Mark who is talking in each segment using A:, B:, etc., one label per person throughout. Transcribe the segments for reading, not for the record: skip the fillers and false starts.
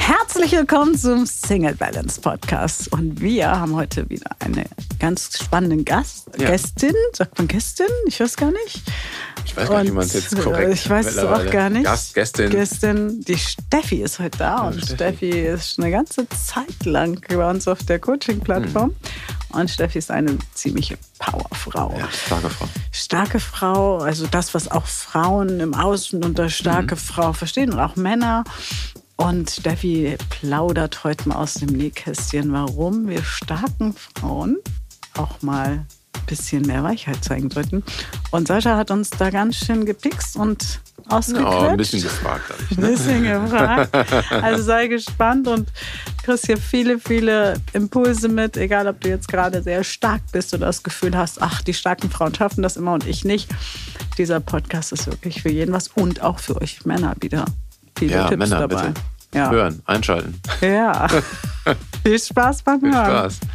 A: Herzlich willkommen zum Single Balance Podcast. Und wir haben heute wieder eine ganz spannende Gästin. Sagt man Gästin? Ich weiß gar nicht.
B: Ich weiß gar nicht, wie man es jetzt korrekt.
A: Ich weiß es auch gar nicht.
B: Gästin.
A: Die Steffi ist heute da. Und Steffi ist eine ganze Zeit lang bei uns auf der Coaching-Plattform. Und Steffi ist eine ziemliche Powerfrau.
B: Ja, starke Frau.
A: Starke Frau, also das, was auch Frauen im Außen unter starke Frau verstehen und auch Männer. Und Steffi plaudert heute mal aus dem Nähkästchen, warum wir starken Frauen auch mal ein bisschen mehr Weichheit zeigen sollten. Und Sascha hat uns da ganz schön gepickst und ausgequetscht.
B: Ja, ein bisschen gefragt habe ich.
A: Ein bisschen gefragt. Also sei gespannt und kriegst hier viele, viele Impulse mit. Egal, ob du jetzt gerade sehr stark bist oder das Gefühl hast, ach, die starken Frauen schaffen das immer und ich nicht. Dieser Podcast ist wirklich für jeden was und auch für euch Männer wieder. Viele Tipps
B: Männer,
A: dabei.
B: Bitte.
A: Ja.
B: Hören, einschalten.
A: Ja. Viel Spaß beim
B: Viel
A: Hören.
B: Spaß.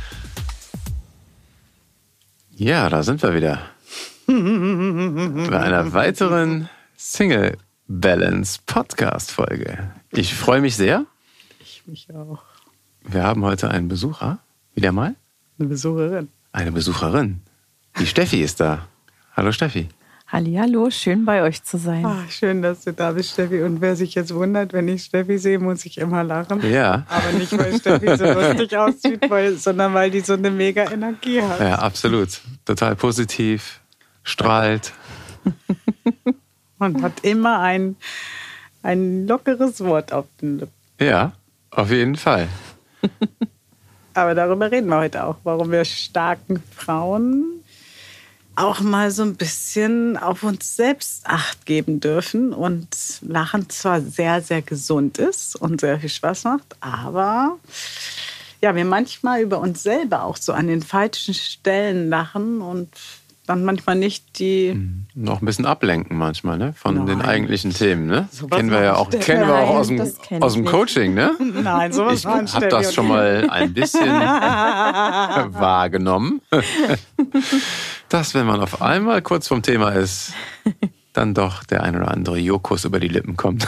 B: Ja, da sind wir wieder. Bei einer weiteren Single Balance Podcast Folge. Ich freue mich sehr.
A: Ich mich auch.
B: Wir haben heute einen Besucher. Wieder mal?
A: Eine Besucherin.
B: Eine Besucherin. Die Steffi ist da. Hallo Steffi.
C: Hallihallo, schön bei euch zu sein.
A: Ach, schön, dass du da bist, Steffi. Und wer sich jetzt wundert, wenn ich Steffi sehe, muss ich immer lachen.
B: Ja.
A: Aber nicht, weil Steffi so lustig aussieht, sondern weil die so eine mega Energie hat.
B: Ja, absolut. Total positiv, strahlt.
A: Und hat immer ein lockeres Wort auf den Lippen.
B: Ja, auf jeden Fall.
A: Aber darüber reden wir heute auch, warum wir starken Frauen auch mal so ein bisschen auf uns selbst Acht geben dürfen und Lachen zwar sehr, sehr gesund ist und sehr viel Spaß macht, aber ja, wir manchmal über uns selber auch so an den falschen Stellen lachen und dann manchmal nicht die...
B: Noch ein bisschen ablenken manchmal, ne? Von den
A: Nein.
B: eigenen Themen, ne?
A: So
B: Kennen wir auch aus dem Coaching, ne?
A: Nein, sowas
B: Ich habe das schon mal ein bisschen wahrgenommen, dass wenn man auf einmal kurz vom Thema ist, dann doch der ein oder andere Jokus über die Lippen kommt.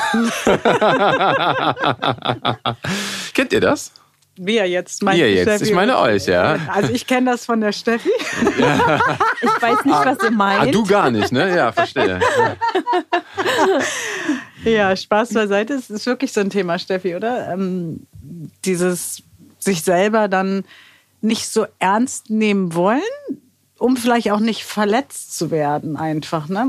B: Kennt ihr das?
A: Wir jetzt, meinst
B: Ihr
A: du,
B: jetzt,
A: Steffi?
B: ich meine euch, ja.
A: Also ich kenne das von der Steffi.
C: Ich weiß nicht, was ihr meint.
B: Ah, du gar nicht, ne? Ja, verstehe.
A: Ja, Spaß beiseite. Es ist wirklich so ein Thema, Steffi, oder? Dieses sich selber dann nicht so ernst nehmen wollen, um vielleicht auch nicht verletzt zu werden einfach. Ne?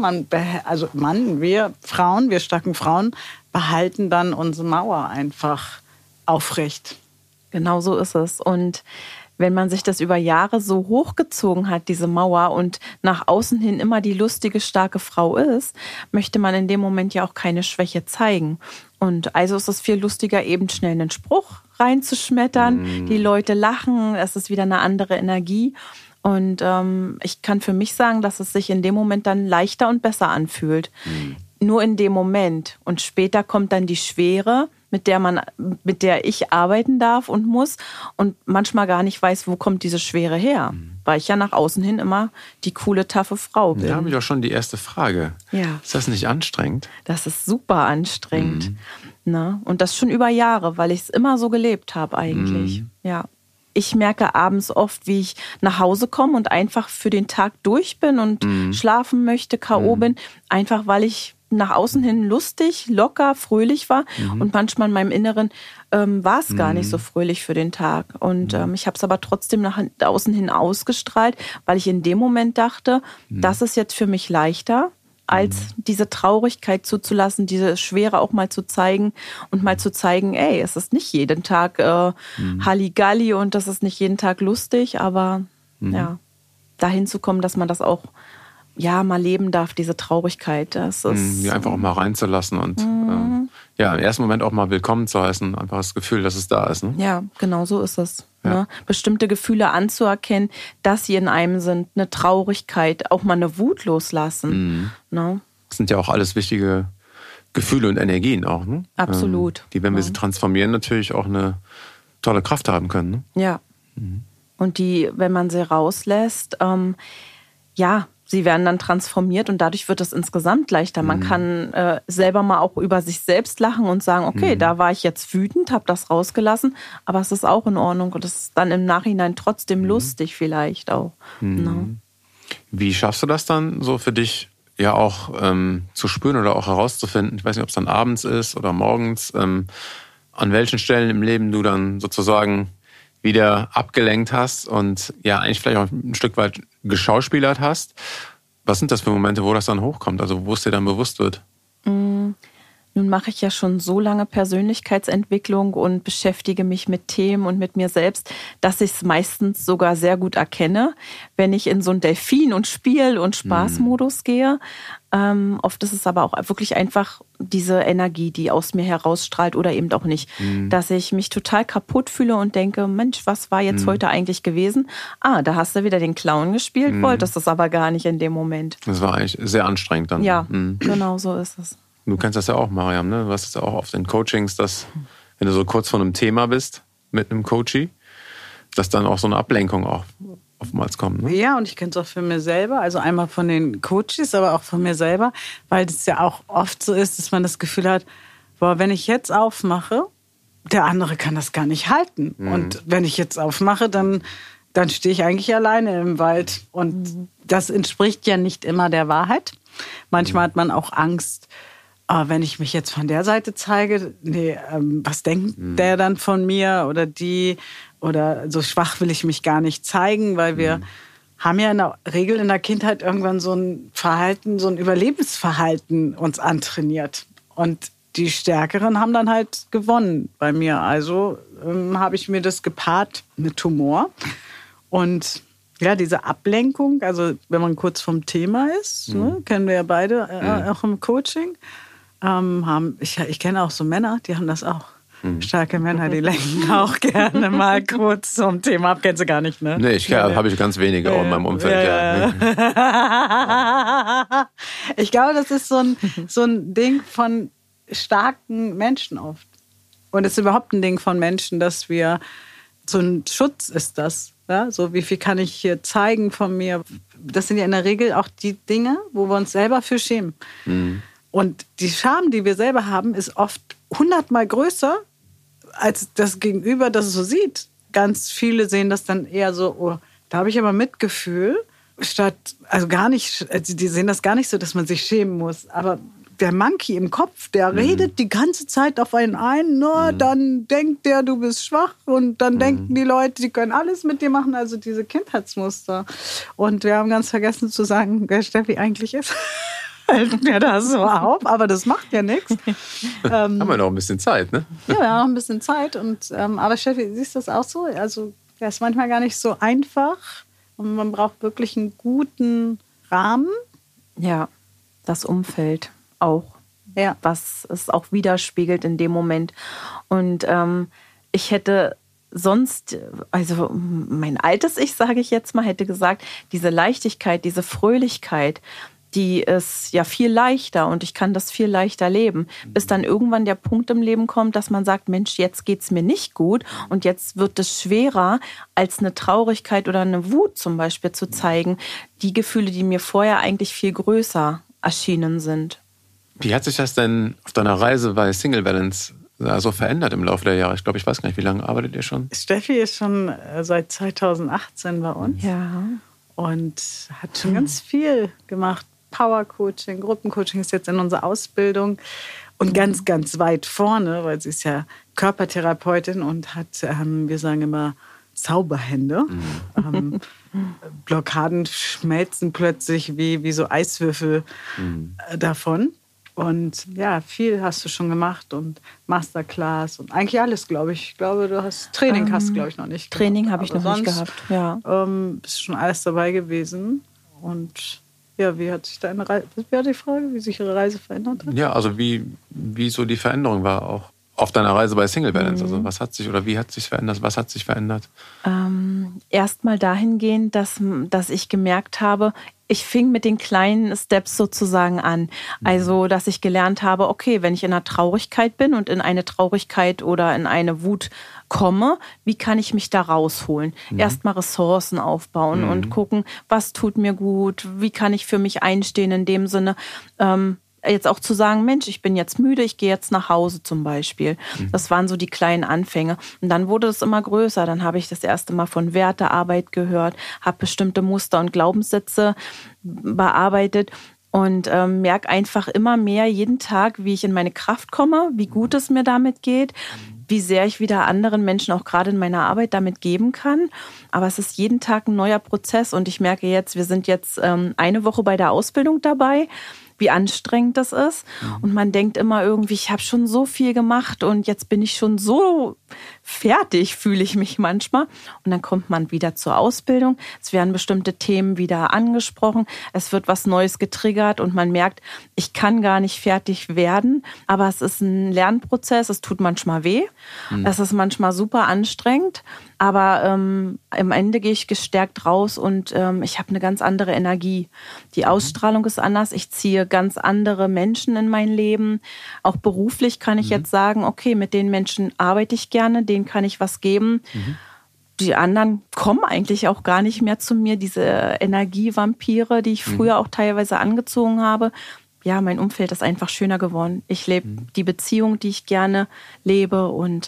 A: Wir Frauen, wir starken Frauen, behalten dann unsere Mauer einfach aufrecht.
C: Genau so ist es. Und wenn man sich das über Jahre so hochgezogen hat, diese Mauer, und nach außen hin immer die lustige, starke Frau ist, möchte man in dem Moment ja auch keine Schwäche zeigen. Und also ist es viel lustiger, eben schnell einen Spruch reinzuschmettern. Die Leute lachen, es ist wieder eine andere Energie. Und ich kann für mich sagen, dass es sich in dem Moment dann leichter und besser anfühlt. Nur in dem Moment. Und später kommt dann die Schwere, mit der ich arbeiten darf und muss und manchmal gar nicht weiß, wo kommt diese Schwere her. Weil ich ja nach außen hin immer die coole, taffe Frau bin.
B: Da habe ich auch schon die erste Frage.
C: Ja.
B: Ist das nicht anstrengend?
C: Das ist super anstrengend. Na? Und das schon über Jahre, weil ich es immer so gelebt habe eigentlich. Ja. Ich merke abends oft, wie ich nach Hause komme und einfach für den Tag durch bin und schlafen möchte, K.O. bin. Einfach, weil ich nach außen hin lustig, locker, fröhlich war. Und manchmal in meinem Inneren war es gar nicht so fröhlich für den Tag. Und ich habe es aber trotzdem nach außen hin ausgestrahlt, weil ich in dem Moment dachte, das ist jetzt für mich leichter, als diese Traurigkeit zuzulassen, diese Schwere auch mal zu zeigen und mal zu zeigen, ey, es ist nicht jeden Tag Halligalli und das ist nicht jeden Tag lustig, aber ja, dahin zu kommen, dass man das auch mal leben darf, diese Traurigkeit. Das ist
B: Die einfach auch mal reinzulassen und im ersten Moment auch mal willkommen zu heißen, einfach das Gefühl, dass es da ist. Ne?
C: Ja, genau so ist es.
B: Ja.
C: Ne? Bestimmte Gefühle anzuerkennen, dass sie in einem sind, eine Traurigkeit, auch mal eine Wut loslassen. Ne?
B: Das sind ja auch alles wichtige Gefühle und Energien auch. Ne?
C: Absolut.
B: Die, wenn wir sie transformieren, natürlich auch eine tolle Kraft haben können. Ne?
C: Ja. Und die, wenn man sie rauslässt, sie werden dann transformiert und dadurch wird es insgesamt leichter. Man kann selber mal auch über sich selbst lachen und sagen, okay, da war ich jetzt wütend, habe das rausgelassen, aber es ist auch in Ordnung und es ist dann im Nachhinein trotzdem lustig vielleicht auch. Ne?
B: Wie schaffst du das dann so für dich ja auch zu spüren oder auch herauszufinden? Ich weiß nicht, ob es dann abends ist oder morgens, an welchen Stellen im Leben du dann sozusagen wieder abgelenkt hast und ja eigentlich vielleicht auch ein Stück weit geschauspielert hast. Was sind das für Momente, wo das dann hochkommt, also wo es dir dann bewusst wird?
C: Nun mache ich ja schon so lange Persönlichkeitsentwicklung und beschäftige mich mit Themen und mit mir selbst, dass ich es meistens sogar sehr gut erkenne, wenn ich in so einen Delfin- und Spiel- und Spaßmodus gehe. Oft ist es aber auch wirklich einfach diese Energie, die aus mir herausstrahlt oder eben auch nicht. Dass ich mich total kaputt fühle und denke, Mensch, was war jetzt heute eigentlich gewesen? Da hast du wieder den Clown gespielt, wolltest das aber gar nicht in dem Moment.
B: Das war eigentlich sehr anstrengend dann.
C: Ja, genau so ist es.
B: Du kennst das ja auch, Mariam, ne? Du hast es ja auch oft in Coachings, dass, wenn du so kurz vor einem Thema bist mit einem Coachie, dass dann auch so eine Ablenkung auch oftmals kommt. Ne?
A: Ja, und ich kenne es auch für mir selber, also einmal von den Coaches, aber auch von mir selber, weil es ja auch oft so ist, dass man das Gefühl hat, boah, wenn ich jetzt aufmache, der andere kann das gar nicht halten. Und wenn ich jetzt aufmache, dann stehe ich eigentlich alleine im Wald. Und das entspricht ja nicht immer der Wahrheit. Manchmal hat man auch Angst, wenn ich mich jetzt von der Seite zeige, was denkt der dann von mir oder die? Oder so schwach will ich mich gar nicht zeigen, weil wir haben ja in der Regel in der Kindheit irgendwann so ein Verhalten, so ein Überlebensverhalten uns antrainiert. Und die Stärkeren haben dann halt gewonnen bei mir. Also habe ich mir das gepaart mit Humor. Und ja, diese Ablenkung, also wenn man kurz vom Thema ist, ne, kennen wir ja beide auch im Coaching, ich kenne auch so Männer, die haben das auch. Starke Männer, die lenken auch gerne mal kurz zum Thema ab. Kennst du gar nicht, ne?
B: Nee, habe ich ganz wenige auch in meinem Umfeld. Ja.
A: Ich glaube, das ist so ein Ding von starken Menschen oft. Und es ist überhaupt ein Ding von Menschen, dass wir, so ein Schutz ist das. Ja? So, wie viel kann ich hier zeigen von mir? Das sind ja in der Regel auch die Dinge, wo wir uns selber für schämen. Und die Scham, die wir selber haben, ist oft 100-mal größer, als das Gegenüber das so sieht. Ganz viele sehen das dann eher so, oh, da habe ich aber Mitgefühl, statt, also gar nicht, die sehen das gar nicht so, dass man sich schämen muss. Aber der Monkey im Kopf, der redet die ganze Zeit auf einen ein, dann denkt der, du bist schwach und dann denken die Leute, die können alles mit dir machen, also diese Kindheitsmuster. Und wir haben ganz vergessen zu sagen, wer Steffi eigentlich ist. Hält mir das so auf, aber das macht ja nichts.
B: Haben wir noch ein bisschen Zeit, ne?
A: Ja, wir haben noch ein bisschen Zeit. Aber Steffi, siehst du das auch so? Also, ja, ist manchmal gar nicht so einfach und man braucht wirklich einen guten Rahmen.
C: Ja, das Umfeld auch, was es auch widerspiegelt in dem Moment. Und ich hätte sonst, also mein altes Ich, sage ich jetzt mal, hätte gesagt, diese Leichtigkeit, diese Fröhlichkeit, die ist ja viel leichter und ich kann das viel leichter leben, bis dann irgendwann der Punkt im Leben kommt, dass man sagt, Mensch, jetzt geht's mir nicht gut und jetzt wird es schwerer, als eine Traurigkeit oder eine Wut zum Beispiel zu zeigen, die Gefühle, die mir vorher eigentlich viel größer erschienen sind.
B: Wie hat sich das denn auf deiner Reise bei Single Balance so verändert im Laufe der Jahre? Ich glaube, ich weiß gar nicht, wie lange arbeitet ihr schon?
A: Steffi ist schon seit 2018 bei uns.
C: Ja.
A: Und hat schon ganz viel gemacht. Power-Coaching, Gruppencoaching ist jetzt in unserer Ausbildung und ganz, ganz weit vorne, weil sie ist ja Körpertherapeutin und hat, wir sagen immer, Zauberhände. Blockaden schmelzen plötzlich wie so Eiswürfel davon. Und ja, viel hast du schon gemacht und Masterclass und eigentlich alles, glaube ich. Ich glaube, du hast Training glaube ich, noch nicht gehabt.
C: Training habe ich noch nicht gehabt, ja.
A: Bist schon alles dabei gewesen und ja, wie hat sich deine Reise, wie hat die Frage, wie sich ihre Reise verändert hat?
B: Ja, also wie so die Veränderung war auch auf deiner Reise bei Single Balance. Also was hat sich oder wie hat sich verändert? Was hat sich verändert?
C: Erstmal dahingehend, dass ich gemerkt habe, Ich fing mit den kleinen Steps sozusagen an. Also, dass ich gelernt habe, okay, wenn ich in einer Traurigkeit bin und in eine Traurigkeit oder in eine Wut komme, wie kann ich mich da rausholen? Erstmal Ressourcen aufbauen und gucken, was tut mir gut, wie kann ich für mich einstehen in dem Sinne, jetzt auch zu sagen, Mensch, ich bin jetzt müde, ich gehe jetzt nach Hause zum Beispiel. Das waren so die kleinen Anfänge. Und dann wurde es immer größer. Dann habe ich das erste Mal von Wertearbeit gehört, habe bestimmte Muster und Glaubenssätze bearbeitet und merke einfach immer mehr jeden Tag, wie ich in meine Kraft komme, wie gut es mir damit geht, wie sehr ich wieder anderen Menschen auch gerade in meiner Arbeit damit geben kann. Aber es ist jeden Tag ein neuer Prozess und ich merke jetzt, wir sind jetzt eine Woche bei der Ausbildung dabei, wie anstrengend das ist. Und man denkt immer irgendwie, ich habe schon so viel gemacht und jetzt bin ich schon so fertig, fühle ich mich manchmal. Und dann kommt man wieder zur Ausbildung. Es werden bestimmte Themen wieder angesprochen. Es wird was Neues getriggert und man merkt, ich kann gar nicht fertig werden. Aber es ist ein Lernprozess. Es tut manchmal weh. Es ist manchmal super anstrengend. Aber am Ende gehe ich gestärkt raus und ich habe eine ganz andere Energie. Die Ausstrahlung ist anders. Ich ziehe ganz andere Menschen in mein Leben. Auch beruflich kann ich jetzt sagen, okay, mit den Menschen arbeite ich gerne, denen kann ich was geben. Die anderen kommen eigentlich auch gar nicht mehr zu mir, diese Energievampire, die ich früher auch teilweise angezogen habe. Ja, mein Umfeld ist einfach schöner geworden. Ich lebe die Beziehung, die ich gerne lebe und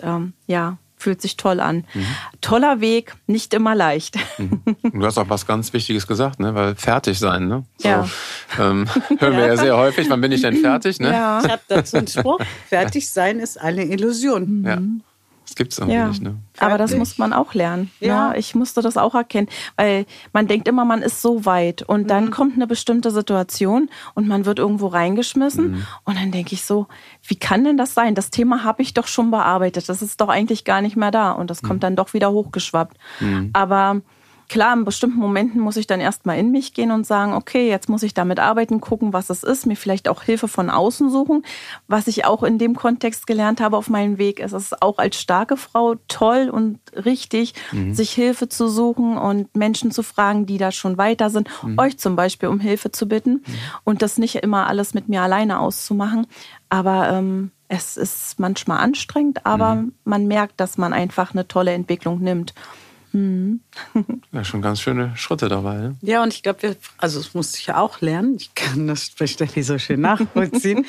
C: fühlt sich toll an. Toller Weg, nicht immer leicht.
B: Du hast auch was ganz Wichtiges gesagt, ne? Weil fertig sein, ne? So,
C: Ja.
B: hören wir ja sehr häufig. Wann bin ich denn fertig, ne?
C: Ja.
A: Ich habe dazu einen Spruch, fertig sein ist eine Illusion.
B: Ja. Das gibt's irgendwie nicht, ne?
C: Aber das muss man auch lernen.
A: Ja.
C: Ne? Ich musste das auch erkennen, weil man denkt immer, man ist so weit und dann kommt eine bestimmte Situation und man wird irgendwo reingeschmissen und dann denke ich so, wie kann denn das sein? Das Thema habe ich doch schon bearbeitet, das ist doch eigentlich gar nicht mehr da und das kommt dann doch wieder hochgeschwappt. Aber klar, in bestimmten Momenten muss ich dann erstmal in mich gehen und sagen, okay, jetzt muss ich damit arbeiten, gucken, was es ist, mir vielleicht auch Hilfe von außen suchen. Was ich auch in dem Kontext gelernt habe auf meinem Weg, ist es auch als starke Frau toll und richtig, sich Hilfe zu suchen und Menschen zu fragen, die da schon weiter sind, euch zum Beispiel um Hilfe zu bitten und das nicht immer alles mit mir alleine auszumachen. Aber es ist manchmal anstrengend, aber man merkt, dass man einfach eine tolle Entwicklung nimmt.
B: Ja, schon ganz schöne Schritte dabei. Ne?
A: Ja, und ich glaube, das musste ich ja auch lernen. Ich kann das bei Steffi so schön nachvollziehen.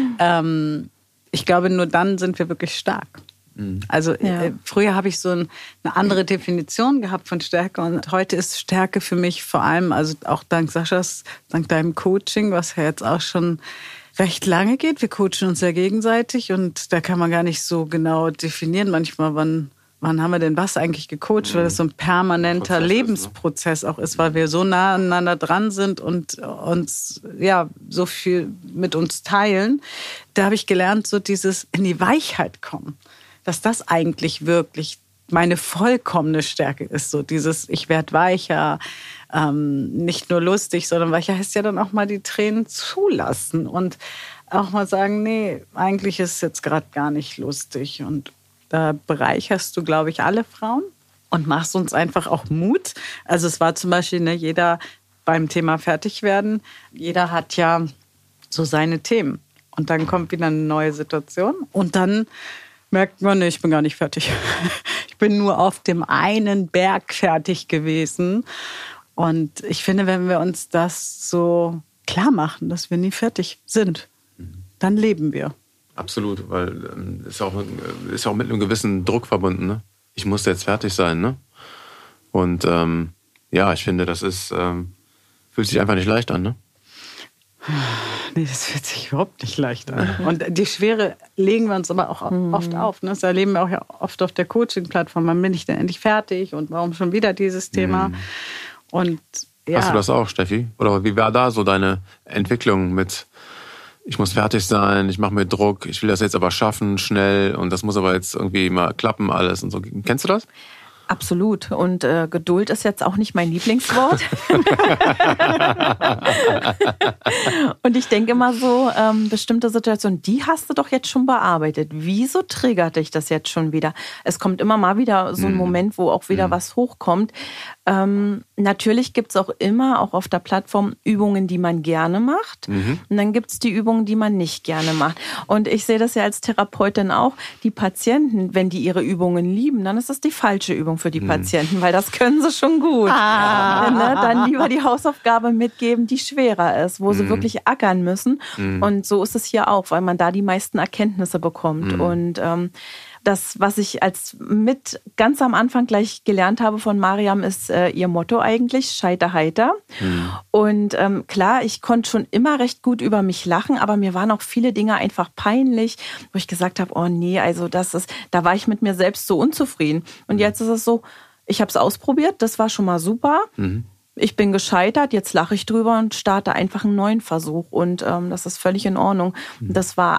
A: Ich glaube, nur dann sind wir wirklich stark. Also früher habe ich so eine andere Definition gehabt von Stärke und heute ist Stärke für mich vor allem, also auch dank Saschas, dank deinem Coaching, was ja jetzt auch schon recht lange geht. Wir coachen uns ja gegenseitig und da kann man gar nicht so genau definieren manchmal, wann haben wir denn was eigentlich gecoacht, weil das so ein permanenter Lebensprozess auch ist, weil wir so nah aneinander dran sind und uns so viel mit uns teilen. Da habe ich gelernt, so dieses in die Weichheit kommen, dass das eigentlich wirklich meine vollkommene Stärke ist. So dieses, ich werde weicher, nicht nur lustig, sondern weicher heißt ja dann auch mal die Tränen zulassen und auch mal sagen, nee, eigentlich ist es jetzt gerade gar nicht lustig und da bereicherst du, glaube ich, alle Frauen und machst uns einfach auch Mut. Also es war zum Beispiel, jeder beim Thema Fertigwerden, jeder hat ja so seine Themen. Und dann kommt wieder eine neue Situation und dann merkt man, ich bin gar nicht fertig. Ich bin nur auf dem einen Berg fertig gewesen. Und ich finde, wenn wir uns das so klar machen, dass wir nie fertig sind, dann leben wir.
B: Absolut, weil ist ja auch mit einem gewissen Druck verbunden. Ne? Ich muss jetzt fertig sein. Ne? Und ich finde, das fühlt sich einfach nicht leicht an. Ne?
A: Nee, das fühlt sich überhaupt nicht leicht an. Und die Schwere legen wir uns aber auch oft auf. Ne? Das erleben wir auch ja oft auf der Coaching-Plattform. Wann bin ich denn endlich fertig und warum schon wieder dieses Thema? Und
B: Hast du das auch, Steffi? Oder wie war da so deine Entwicklung mit ich muss fertig sein, ich mache mir Druck, ich will das jetzt aber schaffen, schnell und das muss aber jetzt irgendwie mal klappen alles und so. Kennst du das?
C: Absolut. Und Geduld ist jetzt auch nicht mein Lieblingswort. Und ich denke immer so, bestimmte Situationen, die hast du doch jetzt schon bearbeitet. Wieso triggert dich das jetzt schon wieder? Es kommt immer mal wieder so ein Moment, wo auch wieder was hochkommt. Natürlich gibt es auch immer, auch auf der Plattform, Übungen, die man gerne macht. Und dann gibt es die Übungen, die man nicht gerne macht. Und ich sehe das ja als Therapeutin auch. Die Patienten, wenn die ihre Übungen lieben, dann ist das die falsche Übung für die Patienten, weil das können sie schon gut. Ne? Dann lieber die Hausaufgabe mitgeben, die schwerer ist, wo sie wirklich ackern müssen. Und so ist es hier auch, weil man da die meisten Erkenntnisse bekommt. Und das, was ich mit ganz am Anfang gleich gelernt habe von Mariam, ist ihr Motto eigentlich, Scheiter heiter. Und klar, ich konnte schon immer recht gut über mich lachen, aber mir waren auch viele Dinge einfach peinlich, wo ich gesagt habe, oh nee, also da war ich mit mir selbst so unzufrieden. Und jetzt ist es so, ich habe es ausprobiert, das war schon mal super. Ich bin gescheitert, jetzt lache ich drüber und starte einfach einen neuen Versuch. Und das ist völlig in Ordnung. Das war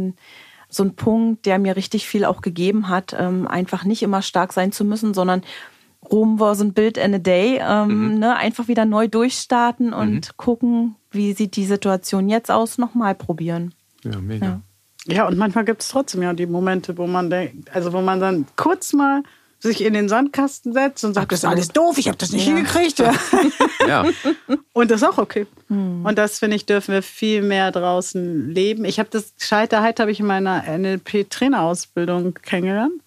C: so ein Punkt, der mir richtig viel auch gegeben hat, einfach nicht immer stark sein zu müssen, sondern Rome wasn't built in a day, ne, einfach wieder neu durchstarten und gucken, wie sieht die Situation jetzt aus, nochmal probieren.
B: Ja, mega.
A: Ja, und manchmal gibt es trotzdem ja die Momente, wo man denkt, also wo man dann kurz mal sich in den Sandkasten setzt und sagt, das ist alles doof, ich habe das nicht hingekriegt. Ja. Und das ist auch okay. Und das, finde ich, dürfen wir viel mehr draußen leben. Ich habe das Scheiterheit habe ich in meiner NLP-Trainerausbildung kennengelernt.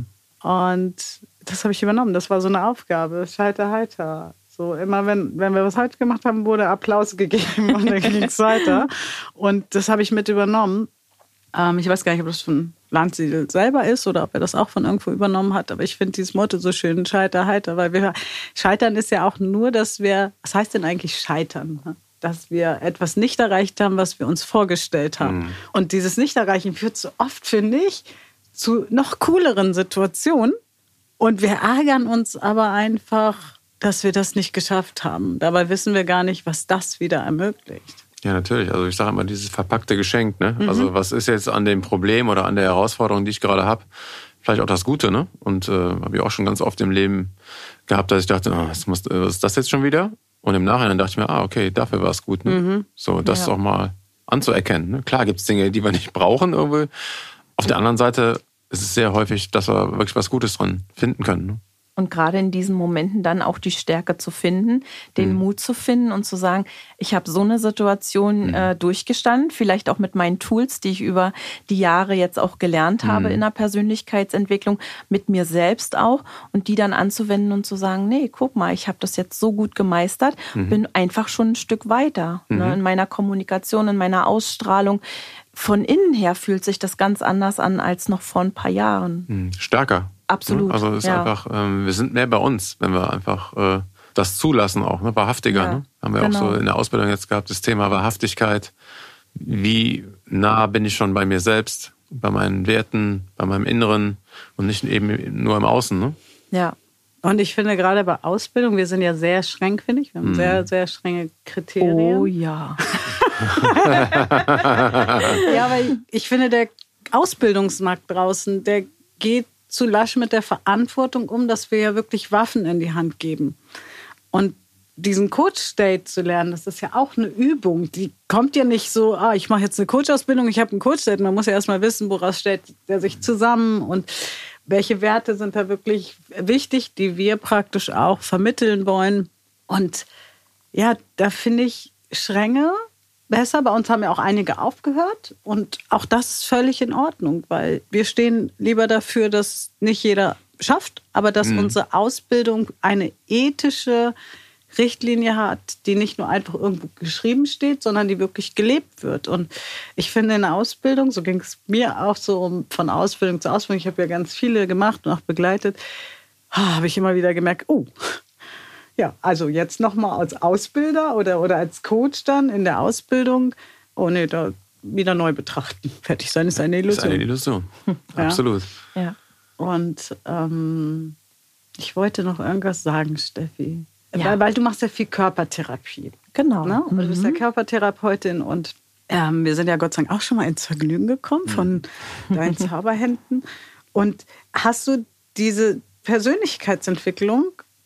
A: Und das habe ich übernommen. Das war so eine Aufgabe, Scheiterheiter. So immer, wenn wir was heute gemacht haben, wurde Applaus gegeben und dann ging es weiter. Und das habe ich mit übernommen. Ich weiß gar nicht, ob das von Landsiedel selber ist oder ob er das auch von irgendwo übernommen hat. Aber ich finde dieses Motto so schön, Scheiter heiter, weil Scheitern ist ja auch nur, dass wir, was heißt denn eigentlich Scheitern? Dass wir etwas nicht erreicht haben, was wir uns vorgestellt haben. Und dieses Nicht-Erreichen führt so oft, finde ich, zu noch cooleren Situationen. Und wir ärgern uns aber einfach, dass wir das nicht geschafft haben. Dabei wissen wir gar nicht, was das wieder ermöglicht.
B: Ja, natürlich. Also ich sage immer, dieses verpackte Geschenk. Ne? Also was ist jetzt an dem Problem oder an der Herausforderung, die ich gerade habe, vielleicht auch das Gute. Ne? Und habe ich auch schon ganz oft im Leben gehabt, dass ich dachte, was ist das jetzt schon wieder? Und im Nachhinein dachte ich mir, okay, dafür war es gut. Ne? So, das auch mal anzuerkennen. Ne? Klar gibt es Dinge, die wir nicht brauchen irgendwie. Auf der anderen Seite ist es sehr häufig, dass wir wirklich was Gutes dran finden können. Ne?
C: Und gerade in diesen Momenten dann auch die Stärke zu finden, den Mut zu finden und zu sagen, ich habe so eine Situation durchgestanden, vielleicht auch mit meinen Tools, die ich über die Jahre jetzt auch gelernt habe in der Persönlichkeitsentwicklung, mit mir selbst auch und die dann anzuwenden und zu sagen, nee, guck mal, ich habe das jetzt so gut gemeistert, bin einfach schon ein Stück weiter ne, in meiner Kommunikation, in meiner Ausstrahlung. Von innen her fühlt sich das ganz anders an als noch vor ein paar Jahren.
B: Stärker.
C: Absolut.
B: Also es ist einfach, wir sind mehr bei uns, wenn wir einfach das zulassen auch, ne? Wahrhaftiger. Ne? Haben wir auch so in der Ausbildung jetzt gehabt, das Thema Wahrhaftigkeit. Wie nah bin ich schon bei mir selbst, bei meinen Werten, bei meinem Inneren und nicht eben nur im Außen. Ne?
C: Ja.
A: Und ich finde gerade bei Ausbildung, wir sind ja sehr streng, finde ich. Wir haben sehr, sehr strenge Kriterien.
C: Oh ja.
A: Ja, aber ich finde, der Ausbildungsmarkt draußen, der geht zu lasch mit der Verantwortung um, dass wir ja wirklich Waffen in die Hand geben. Und diesen Coach-State zu lernen, das ist ja auch eine Übung. Die kommt ja nicht so, ich mache jetzt eine Coach-Ausbildung, ich habe einen Coach-State. Man muss ja erstmal wissen, woraus stellt der sich zusammen und welche Werte sind da wirklich wichtig, die wir praktisch auch vermitteln wollen. Und ja, da finde ich Strenge besser. Bei uns haben ja auch einige aufgehört und auch das ist völlig in Ordnung, weil wir stehen lieber dafür, dass nicht jeder schafft, aber dass unsere Ausbildung eine ethische Richtlinie hat, die nicht nur einfach irgendwo geschrieben steht, sondern die wirklich gelebt wird. Und ich finde in der Ausbildung, so ging es mir auch so von Ausbildung zu Ausbildung, ich habe ja ganz viele gemacht und auch begleitet, habe ich immer wieder gemerkt, ja, also jetzt nochmal als Ausbilder oder als Coach dann in der Ausbildung, da wieder neu betrachten. Fertig sein ist eine Illusion.
B: Ist eine Illusion, absolut.
C: Ja.
A: Und ich wollte noch irgendwas sagen, Steffi.
C: Ja.
A: Weil du machst ja viel Körpertherapie.
C: Genau.
A: Ne? Und du bist ja Körpertherapeutin und wir sind ja Gott sei Dank auch schon mal ins Vergnügen gekommen von deinen Zauberhänden. Und hast du diese Persönlichkeitsentwicklung,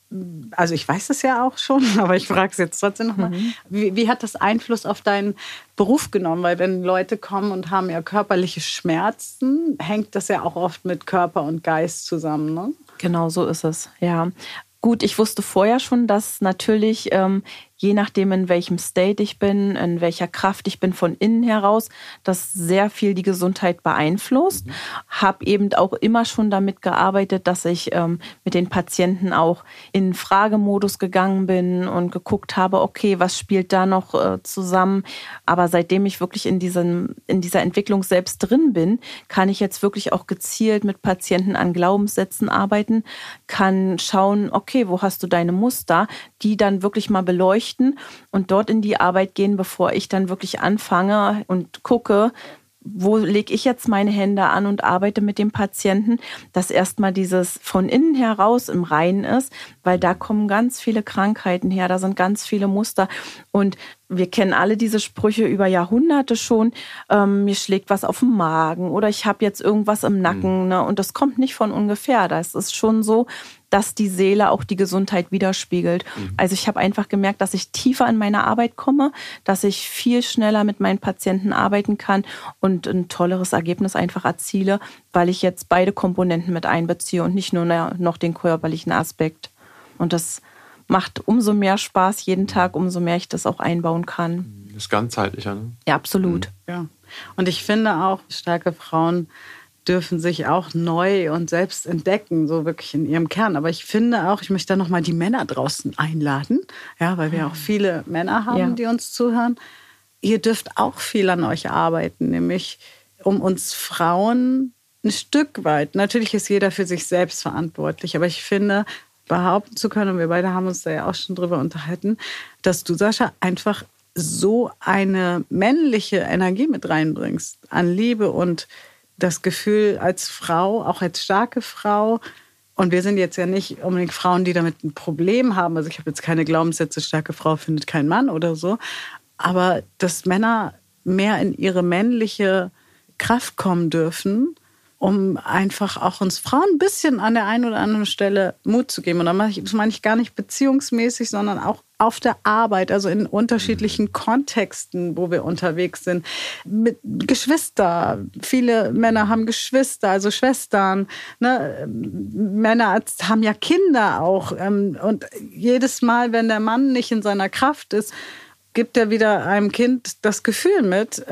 A: also ich weiß das ja auch schon, aber ich frage es jetzt trotzdem nochmal, wie hat das Einfluss auf deinen Beruf genommen? Weil wenn Leute kommen und haben ja körperliche Schmerzen, hängt das ja auch oft mit Körper und Geist zusammen, ne?
C: Genau so ist es, ja. Gut, ich wusste vorher schon, dass natürlich, je nachdem, in welchem State ich bin, in welcher Kraft ich bin von innen heraus, das sehr viel die Gesundheit beeinflusst. Habe eben auch immer schon damit gearbeitet, dass ich mit den Patienten auch in Fragemodus gegangen bin und geguckt habe, okay, was spielt da noch zusammen? Aber seitdem ich wirklich in dieser Entwicklung selbst drin bin, kann ich jetzt wirklich auch gezielt mit Patienten an Glaubenssätzen arbeiten, kann schauen, okay, wo hast du deine Muster, die dann wirklich mal beleuchten und dort in die Arbeit gehen, bevor ich dann wirklich anfange und gucke, wo lege ich jetzt meine Hände an und arbeite mit dem Patienten, dass erstmal dieses von innen heraus im Reinen ist, weil da kommen ganz viele Krankheiten her, da sind ganz viele Muster und wir kennen alle diese Sprüche über Jahrhunderte schon, mir schlägt was auf den Magen oder ich habe jetzt irgendwas im Nacken, ne? Und das kommt nicht von ungefähr, das ist schon so, dass die Seele auch die Gesundheit widerspiegelt. Also ich habe einfach gemerkt, dass ich tiefer in meine Arbeit komme, dass ich viel schneller mit meinen Patienten arbeiten kann und ein tolleres Ergebnis einfach erziele, weil ich jetzt beide Komponenten mit einbeziehe und nicht nur noch den körperlichen Aspekt. Und das macht umso mehr Spaß jeden Tag, umso mehr ich das auch einbauen kann.
B: Das ist ganzheitlicher, ne?
C: Ja, absolut.
A: Ja. Und ich finde auch, starke Frauen dürfen sich auch neu und selbst entdecken, so wirklich in ihrem Kern. Aber ich finde auch, ich möchte da nochmal die Männer draußen einladen, ja, weil wir auch viele Männer haben, die uns zuhören. Ihr dürft auch viel an euch arbeiten, nämlich um uns Frauen ein Stück weit, natürlich ist jeder für sich selbst verantwortlich, aber ich finde, behaupten zu können, und wir beide haben uns da ja auch schon drüber unterhalten, dass du, Sascha, einfach so eine männliche Energie mit reinbringst an Liebe und das Gefühl als Frau, auch als starke Frau. Und wir sind jetzt ja nicht unbedingt Frauen, die damit ein Problem haben. Also ich habe jetzt keine Glaubenssätze, starke Frau findet keinen Mann oder so. Aber dass Männer mehr in ihre männliche Kraft kommen dürfen, um einfach auch uns Frauen ein bisschen an der einen oder anderen Stelle Mut zu geben. Und das meine ich gar nicht beziehungsmäßig, sondern auch auf der Arbeit, also in unterschiedlichen Kontexten, wo wir unterwegs sind. Mit Geschwister. Viele Männer haben Geschwister, also Schwestern. Ne? Männer haben ja Kinder auch. Und jedes Mal, wenn der Mann nicht in seiner Kraft ist, gibt er wieder einem Kind das Gefühl mit,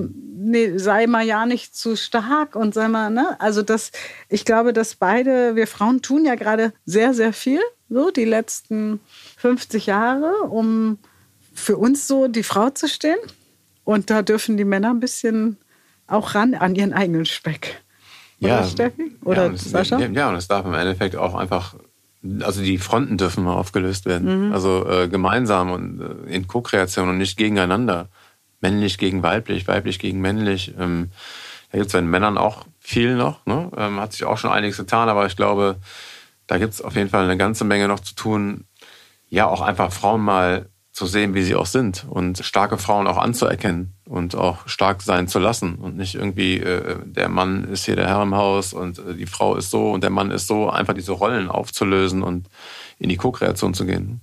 A: nee, sei mal ja nicht zu stark und sei mal, ne? Also ich glaube, dass wir Frauen tun ja gerade sehr, sehr viel, so die letzten 50 Jahre, um für uns so die Frau zu stehen. Und da dürfen die Männer ein bisschen auch ran an ihren eigenen Speck. Oder Steffi? Oder Sascha?
B: Ja, und es darf im Endeffekt auch einfach, also die Fronten dürfen mal aufgelöst werden. Also gemeinsam und in Co-Kreation und nicht gegeneinander. Männlich gegen weiblich, weiblich gegen männlich. Da gibt es bei den Männern auch viel noch. Ne? Hat sich auch schon einiges getan, aber ich glaube, da gibt es auf jeden Fall eine ganze Menge noch zu tun. Ja, auch einfach Frauen mal zu sehen, wie sie auch sind und starke Frauen auch anzuerkennen und auch stark sein zu lassen und nicht irgendwie, der Mann ist hier der Herr im Haus und die Frau ist so und der Mann ist so, einfach diese Rollen aufzulösen und in die Co-Kreation zu gehen.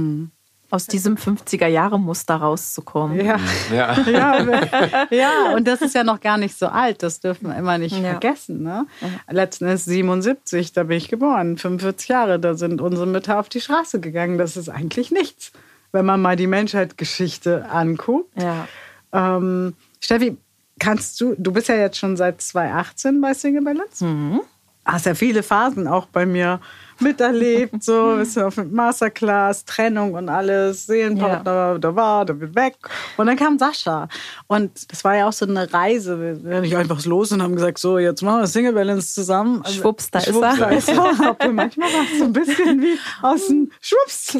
C: Aus diesem 50er-Jahre-Muster rauszukommen.
A: Ja, und das ist ja noch gar nicht so alt, das dürfen wir immer nicht vergessen. Ne? Letzten Endes 77, da bin ich geboren, 45 Jahre, da sind unsere Mütter auf die Straße gegangen, das ist eigentlich nichts. Wenn man mal die Menschheitsgeschichte anguckt. Ja. Steffi, du bist ja jetzt schon seit 2018 bei Single Balance. Hast ja viele Phasen auch bei mir miterlebt, so bist du auf Masterclass, Trennung und alles, Seelenpartner, da wird weg. Und dann kam Sascha. Und das war ja auch so eine Reise. Wir sind nicht einfach los und haben gesagt, so, jetzt machen wir Single Balance zusammen. Also,
C: Schwupps, da ist er.
A: Aber manchmal war es so ein bisschen wie aus dem Schwupps.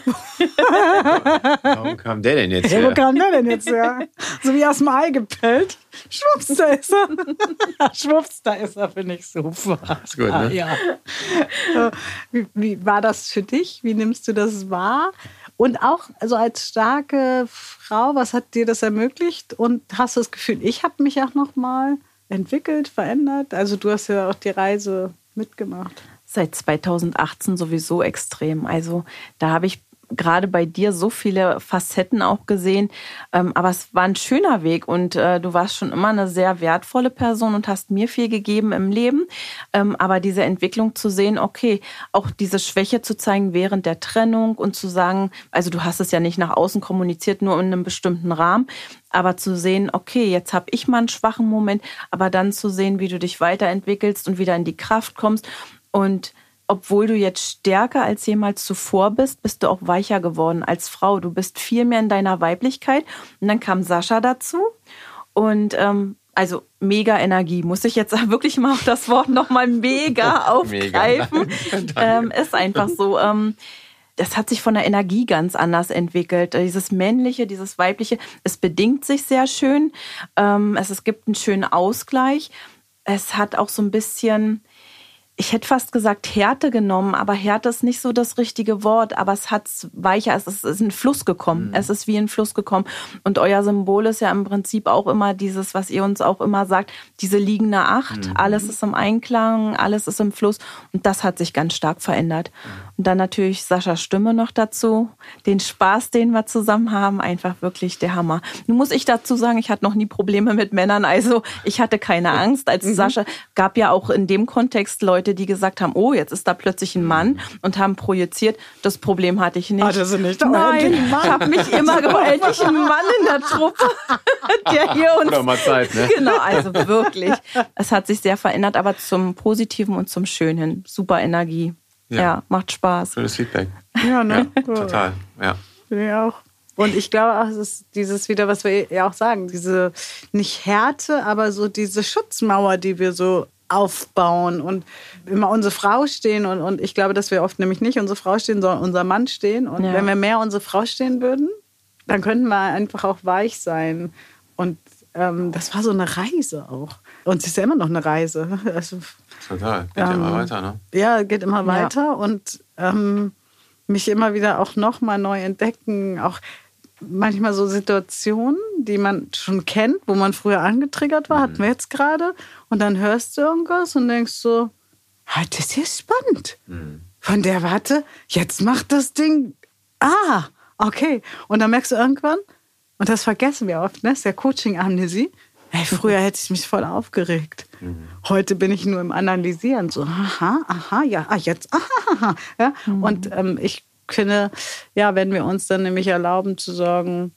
B: Wo kam der denn jetzt her?
A: Wo kam der denn jetzt her? So wie aus dem Ei gepellt. Schwupps, da ist er. Schwupps, da ist er, finde ich super.
B: Ist gut, ne?
A: Ja. Wie war das für dich? Wie nimmst du das wahr? Und auch also als starke Frau, was hat dir das ermöglicht? Und hast du das Gefühl, ich habe mich auch noch mal entwickelt, verändert? Also du hast ja auch die Reise mitgemacht.
C: Seit 2018 sowieso extrem. Also da habe ich gerade bei dir so viele Facetten auch gesehen. Aber es war ein schöner Weg und du warst schon immer eine sehr wertvolle Person und hast mir viel gegeben im Leben. Aber diese Entwicklung zu sehen, okay, auch diese Schwäche zu zeigen während der Trennung und zu sagen, also du hast es ja nicht nach außen kommuniziert, nur in einem bestimmten Rahmen, aber zu sehen, okay, jetzt habe ich mal einen schwachen Moment, aber dann zu sehen, wie du dich weiterentwickelst und wieder in die Kraft kommst und obwohl du jetzt stärker als jemals zuvor bist, bist du auch weicher geworden als Frau. Du bist viel mehr in deiner Weiblichkeit. Und dann kam Sascha dazu. Und also mega Energie. Muss ich jetzt wirklich mal auf das Wort nochmal mega aufgreifen. Ist einfach so. Das hat sich von der Energie ganz anders entwickelt. Dieses Männliche, dieses Weibliche, es bedingt sich sehr schön. Es gibt einen schönen Ausgleich. Es hat auch so ein bisschen... Ich hätte fast gesagt Härte genommen, aber Härte ist nicht so das richtige Wort, aber es hat's weicher, es ist in den Fluss gekommen. Es ist wie in den Fluss gekommen. Und euer Symbol ist ja im Prinzip auch immer dieses, was ihr uns auch immer sagt, diese liegende Acht. Alles ist im Einklang, alles ist im Fluss und das hat sich ganz stark verändert. Und dann natürlich Saschas Stimme noch dazu, den Spaß, den wir zusammen haben, einfach wirklich der Hammer. Nun muss ich dazu sagen, ich hatte noch nie Probleme mit Männern, also ich hatte keine Angst. Als Sascha gab ja auch in dem Kontext Leute, die gesagt haben, oh, jetzt ist da plötzlich ein Mann und haben projiziert. Das Problem hatte ich nicht.
A: Hatte sie nicht?
C: Nein, ich habe mich immer gefragt, endlich ein Mann in der Truppe, der hier uns...
B: Oder mal Zeit, ne?
C: Genau, also wirklich. Es hat sich sehr verändert, aber zum Positiven und zum Schönen hin. Super Energie. Ja, macht Spaß.
B: Schönes Feedback.
A: Ja, ne?
B: Ja, total, ja.
A: Finde ich auch. Und ich glaube auch, es ist dieses wieder, was wir ja auch sagen, diese nicht Härte, aber so diese Schutzmauer, die wir so aufbauen und immer unsere Frau stehen und ich glaube, dass wir oft nämlich nicht unsere Frau stehen, sondern unser Mann stehen und wenn wir mehr unsere Frau stehen würden, dann könnten wir einfach auch weich sein und das war so eine Reise auch und es ist ja immer noch eine Reise. Also,
B: total, geht ja immer weiter, ne?
A: Ja, geht immer weiter und mich immer wieder auch nochmal neu entdecken, auch manchmal so Situationen, die man schon kennt, wo man früher angetriggert war, hatten wir jetzt gerade. Und dann hörst du irgendwas und denkst so, das ist spannend. Von der Warte, jetzt macht das Ding, okay. Und dann merkst du irgendwann, und das vergessen wir oft, ne? Das ist ja Coaching-Amnesie. Hey, früher hätte ich mich voll aufgeregt. Heute bin ich nur im Analysieren. So, jetzt, Ja? Und ich finde, ja, wenn wir uns dann nämlich erlauben zu sagen,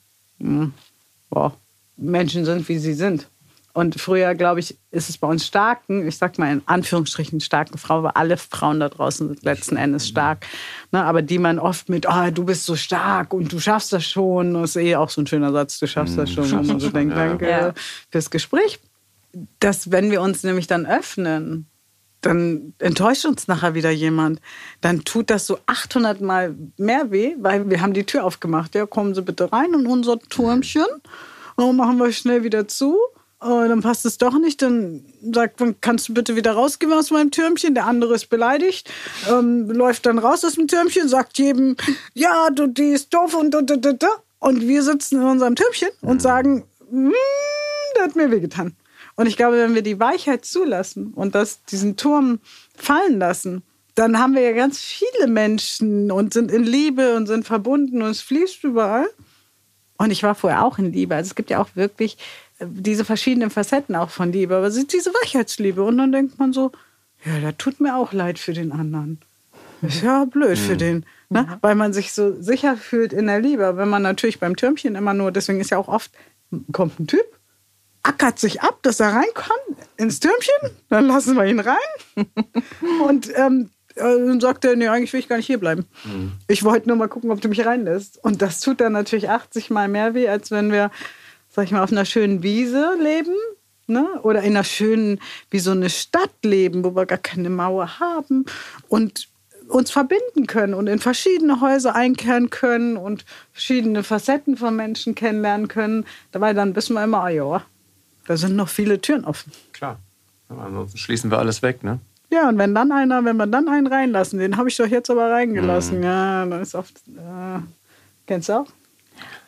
A: Menschen sind, wie sie sind. Und früher, glaube ich, ist es bei uns starken, ich sag mal in Anführungsstrichen starken Frau, weil alle Frauen da draußen sind letzten Endes stark. Ne, aber die man oft mit, du bist so stark und du schaffst das schon. Das ist auch so ein schöner Satz, du schaffst das schon. Wo man so denkt, danke fürs Gespräch. Dass, wenn wir uns nämlich dann öffnen, dann enttäuscht uns nachher wieder jemand. Dann tut das so 800 Mal mehr weh, weil wir haben die Tür aufgemacht. Ja, kommen Sie bitte rein in unser Türmchen. Dann machen wir schnell wieder zu. Dann passt es doch nicht. Dann sagt man, kannst du bitte wieder rausgehen aus meinem Türmchen? Der andere ist beleidigt. Läuft dann raus aus dem Türmchen, sagt jedem, ja, die ist doof und Und wir sitzen in unserem Türmchen und sagen, das hat mir wehgetan. Und ich glaube, wenn wir die Weichheit zulassen und diesen Turm fallen lassen, dann haben wir ja ganz viele Menschen und sind in Liebe und sind verbunden und es fließt überall. Und ich war vorher auch in Liebe. Also es gibt ja auch wirklich diese verschiedenen Facetten auch von Liebe. Aber es ist diese Weichheitsliebe. Und dann denkt man so, ja, da tut mir auch leid für den anderen. Ist ja blöd für den. Ne? Weil man sich so sicher fühlt in der Liebe. Wenn man natürlich beim Türmchen immer nur, deswegen ist ja auch oft, kommt ein Typ, ackert sich ab, dass er rein kann ins Türmchen, dann lassen wir ihn rein. Und dann sagt er, nee, eigentlich will ich gar nicht hier bleiben. Ich wollte nur mal gucken, ob du mich reinlässt. Und das tut dann natürlich 80 Mal mehr weh, als wenn wir, sag ich mal, auf einer schönen Wiese leben, ne? Oder in einer schönen, wie so eine Stadt leben, wo wir gar keine Mauer haben und uns verbinden können und in verschiedene Häuser einkehren können und verschiedene Facetten von Menschen kennenlernen können. Dabei dann wissen wir immer, da sind noch viele Türen offen.
B: Klar. Aber ansonsten schließen wir alles weg, ne?
A: Ja, und wenn wir dann einen reinlassen, den habe ich doch jetzt aber reingelassen. Ja, dann ist oft, kennst du auch?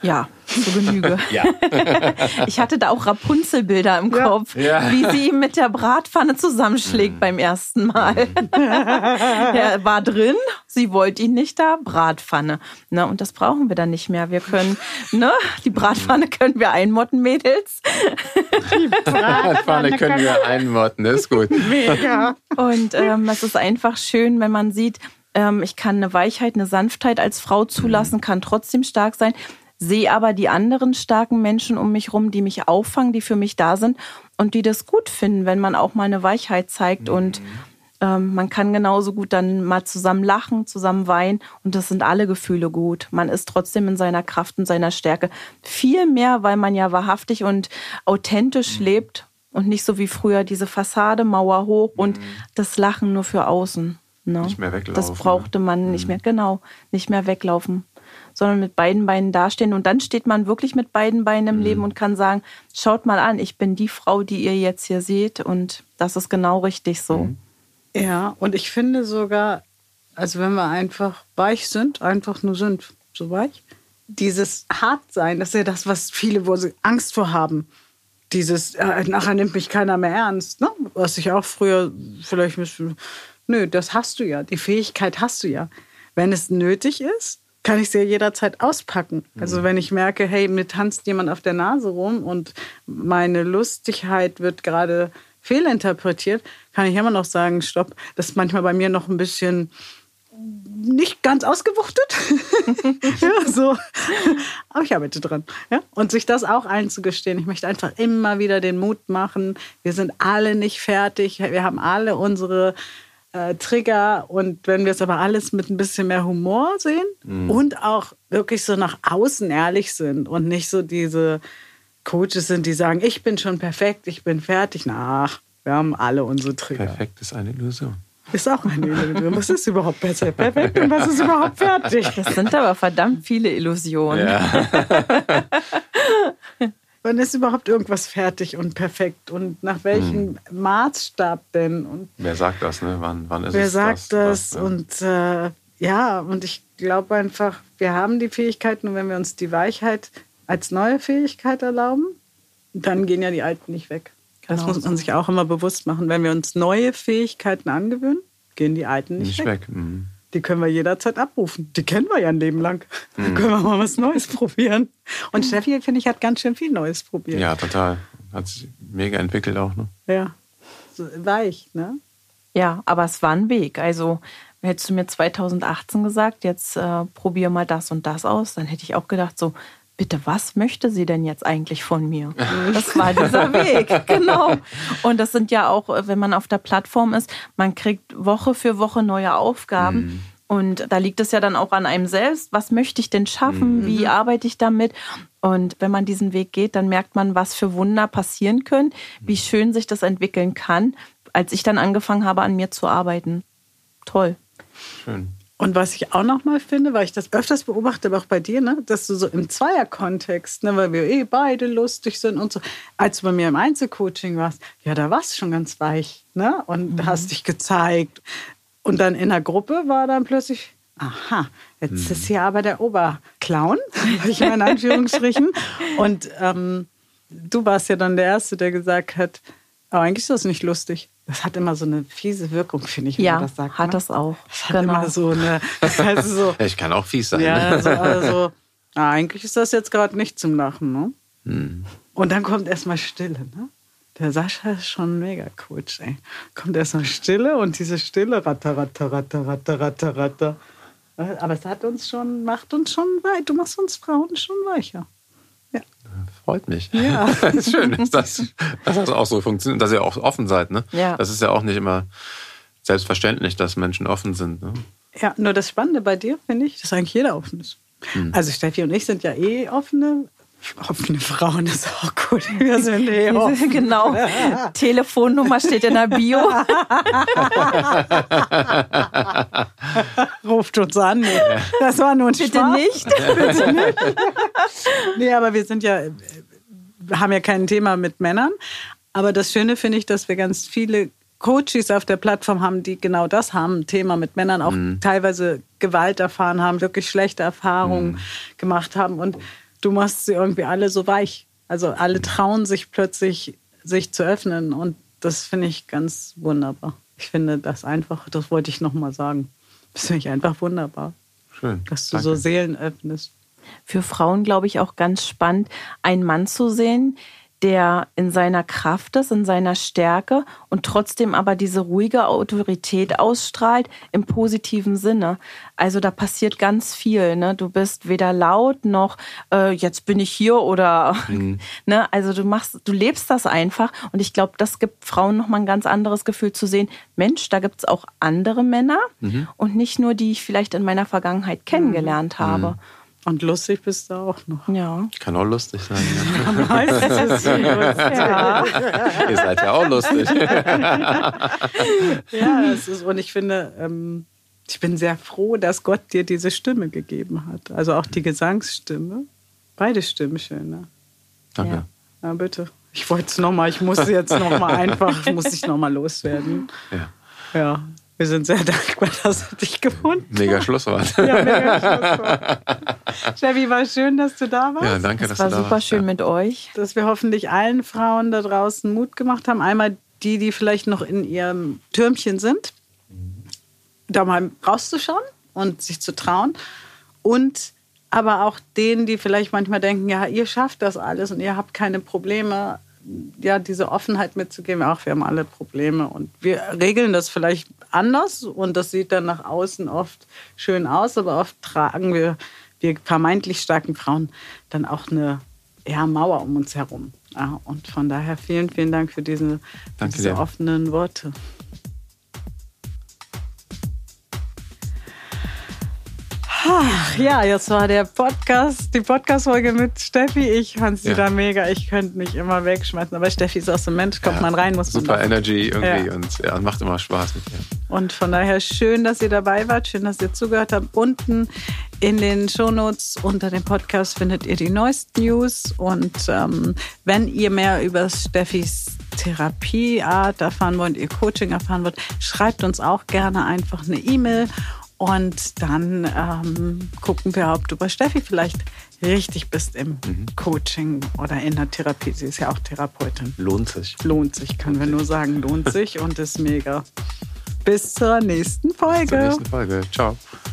C: Ja, zu Genüge.
B: Ja.
C: Ich hatte da auch Rapunzel-Bilder im Kopf, wie sie ihn mit der Bratpfanne zusammenschlägt beim ersten Mal. Er war drin, sie wollte ihn nicht da, Bratpfanne. Na, und das brauchen wir dann nicht mehr. Wir können, die Bratpfanne können wir einmotten, Mädels.
B: Die Bratpfanne können wir einmotten, das ist gut.
A: Mega.
C: Und es ist einfach schön, wenn man sieht, ich kann eine Weichheit, eine Sanftheit als Frau zulassen, kann trotzdem stark sein, sehe aber die anderen starken Menschen um mich rum, die mich auffangen, die für mich da sind und die das gut finden, wenn man auch mal eine Weichheit zeigt. Und man kann genauso gut dann mal zusammen lachen, zusammen weinen und das sind alle Gefühle gut. Man ist trotzdem in seiner Kraft und seiner Stärke. Viel mehr, weil man ja wahrhaftig und authentisch lebt und nicht so wie früher diese Fassade, Mauer hoch und das Lachen nur für außen. Ne?
B: Nicht mehr weglaufen.
C: Das brauchte man nicht mehr, nicht mehr weglaufen, sondern mit beiden Beinen dastehen. Und dann steht man wirklich mit beiden Beinen im Leben und kann sagen, schaut mal an, ich bin die Frau, die ihr jetzt hier seht und das ist genau richtig so.
A: Ja, und ich finde sogar, also wenn wir einfach weich sind, einfach nur sind, so weich, dieses Hartsein, das ist ja das, was viele, wo sie Angst vor haben. Dieses, nachher nimmt mich keiner mehr ernst, ne? Was ich auch früher vielleicht nö, das hast du ja, die Fähigkeit hast du ja. Wenn es nötig ist, kann ich sie ja jederzeit auspacken. Also wenn ich merke, hey, mir tanzt jemand auf der Nase rum und meine Lustigkeit wird gerade fehlinterpretiert, kann ich immer noch sagen, stopp, das ist manchmal bei mir noch ein bisschen nicht ganz ausgewuchtet. Ja, so. Aber ich arbeite dran. Ja? Und sich das auch einzugestehen. Ich möchte einfach immer wieder den Mut machen. Wir sind alle nicht fertig. Wir haben alle unsere Trigger. Und wenn wir es aber alles mit ein bisschen mehr Humor sehen und auch wirklich so nach außen ehrlich sind und nicht so diese Coaches sind, die sagen, ich bin schon perfekt, ich bin fertig. Ach, wir haben alle unsere Trigger.
B: Perfekt ist eine Illusion.
A: Ist auch eine Illusion. Was ist überhaupt perfekt und was ist überhaupt fertig?
C: Das sind aber verdammt viele Illusionen.
B: Ja.
A: Wann ist überhaupt irgendwas fertig und perfekt? Und nach welchem Maßstab denn? Und
B: wer sagt das, ne? Wann ist
A: wer
B: es
A: sagt das?
B: ja.
A: Und und ich glaube einfach, wir haben die Fähigkeiten und wenn wir uns die Weichheit als neue Fähigkeit erlauben, dann gehen ja die alten nicht weg. Das muss man sich auch immer bewusst machen. Wenn wir uns neue Fähigkeiten angewöhnen, gehen die alten nicht weg. Die können wir jederzeit abrufen. Die kennen wir ja ein Leben lang. Da können wir mal was Neues probieren. Und Steffi, finde ich, hat ganz schön viel Neues probiert.
B: Ja, total. Hat sich mega entwickelt auch, ne?
A: Ja, so weich, ne?
C: Ja, aber es war ein Weg. Also hättest du mir 2018 gesagt, jetzt probier mal das und das aus, dann hätte ich auch gedacht so, bitte, was möchte sie denn jetzt eigentlich von mir? Das war dieser Weg, genau. Und das sind ja auch, wenn man auf der Plattform ist, man kriegt Woche für Woche neue Aufgaben. Und da liegt es ja dann auch an einem selbst. Was möchte ich denn schaffen? Wie arbeite ich damit? Und wenn man diesen Weg geht, dann merkt man, was für Wunder passieren können, wie schön sich das entwickeln kann, als ich dann angefangen habe, an mir zu arbeiten. Toll.
B: Schön.
A: Und was ich auch noch mal finde, weil ich das öfters beobachte, aber auch bei dir, ne, dass du so im Zweierkontext, ne, weil wir beide lustig sind und so, als du bei mir im Einzelcoaching warst, ja, da warst du schon ganz weich, ne, und hast dich gezeigt. Und dann in der Gruppe war dann plötzlich, aha, jetzt ist hier aber der Oberclown, ich mal in Anführungsstrichen. Und du warst ja dann der Erste, der gesagt hat, aber eigentlich ist das nicht lustig. Das hat immer so eine fiese Wirkung, finde ich, wenn man das sagt.
C: Ja, hat das auch.
A: Das hat immer so eine... Also so,
B: ja, ich kann auch fies sein.
A: Ja, also eigentlich ist das jetzt gerade nicht zum Lachen, ne? Und dann kommt erstmal Stille, ne? Der Sascha ist schon ein Mega-Coach, ey. Kommt erstmal Stille und diese Stille, ratter, ratter, ratter, ratter, ratter, ratter. Aber es macht uns schon weich. Du machst uns Frauen schon weicher. Ja.
B: Freut mich.
A: Ja.
B: Das ist schön, dass das auch so funktioniert, dass ihr auch offen seid. Ne?
C: Ja.
B: Das ist ja auch nicht immer selbstverständlich, dass Menschen offen sind. Ne?
A: Ja, nur das Spannende bei dir, finde ich, dass eigentlich jeder offen ist. Also Steffi und ich sind ja offene Frauen, ist auch gut. Wir sind offen.
C: Genau. Telefonnummer steht in der Bio.
A: Ruft uns an. Nee. Das war nur ein
C: Bitte
A: Spaß.
C: nicht.
A: Bitte nicht. Nee, aber wir haben ja kein Thema mit Männern. Aber das Schöne finde ich, dass wir ganz viele Coaches auf der Plattform haben, die genau das haben, ein Thema mit Männern, auch teilweise Gewalt erfahren haben, wirklich schlechte Erfahrungen gemacht haben. Und du machst sie irgendwie alle so weich. Also alle trauen sich plötzlich, sich zu öffnen. Und das finde ich ganz wunderbar. Ich finde das einfach, das wollte ich nochmal sagen. Das finde ich einfach wunderbar.
B: Schön.
A: Dass du so Seelen öffnest.
C: Für Frauen, glaube ich, auch ganz spannend, einen Mann zu sehen, der in seiner Kraft ist, in seiner Stärke und trotzdem aber diese ruhige Autorität ausstrahlt im positiven Sinne. Also da passiert ganz viel. Ne? Du bist weder laut noch jetzt bin ich hier oder ne? Also du lebst das einfach und ich glaube, das gibt Frauen nochmal ein ganz anderes Gefühl zu sehen, Mensch, da gibt es auch andere Männer und nicht nur die ich vielleicht in meiner Vergangenheit kennengelernt habe.
A: Und lustig bist du auch noch.
C: Ja.
B: Ich kann auch lustig sein.
C: Ja.
B: Ihr seid ja auch lustig.
A: Ja, es ist, und ich finde, ich bin sehr froh, dass Gott dir diese Stimme gegeben hat. Also auch die Gesangsstimme. Beide Stimmen schön, ne?
B: Danke.
A: Ja, bitte. Ich wollte es nochmal, ich muss jetzt nochmal einfach, muss ich nochmal loswerden. Ja. Wir sind sehr dankbar, dass wir dich gefunden haben.
B: Mega Schlusswort.
A: Ja, mega Schlusswort. Steffi, war schön, dass du da warst.
B: Ja, danke, dass du da warst.
C: War super schön mit euch.
A: Dass wir hoffentlich allen Frauen da draußen Mut gemacht haben. Einmal die vielleicht noch in ihrem Türmchen sind, da mal rauszuschauen und sich zu trauen. Und aber auch denen, die vielleicht manchmal denken, ja, ihr schafft das alles und ihr habt keine Probleme, ja, diese Offenheit mitzugeben, auch wir haben alle Probleme und wir regeln das vielleicht anders und das sieht dann nach außen oft schön aus, aber oft tragen wir vermeintlich starken Frauen dann auch eine Mauer um uns herum. Ja, und von daher vielen, vielen Dank für diese offenen Worte. Ja, jetzt war die Podcast-Folge mit Steffi. Ich fand sie da mega. Ich könnte mich immer wegschmeißen. Aber Steffi ist auch so ein Mensch, kommt man rein, muss man.
B: Super Energy irgendwie und macht immer Spaß mit ihr.
A: Und von daher schön, dass ihr dabei wart, schön, dass ihr zugehört habt. Unten in den Shownotes unter dem Podcast findet ihr die neuesten News. Und wenn ihr mehr über Steffis Therapieart erfahren wollt, ihr Coaching erfahren wollt, schreibt uns auch gerne einfach eine E-Mail. Und dann gucken wir, ob du bei Steffi vielleicht richtig bist im Coaching oder in der Therapie. Sie ist ja auch Therapeutin.
B: Lohnt sich.
A: Lohnt sich, können wir nur sagen. Lohnt sich und ist mega. Bis zur nächsten Folge.
B: Bis zur nächsten Folge. Ciao.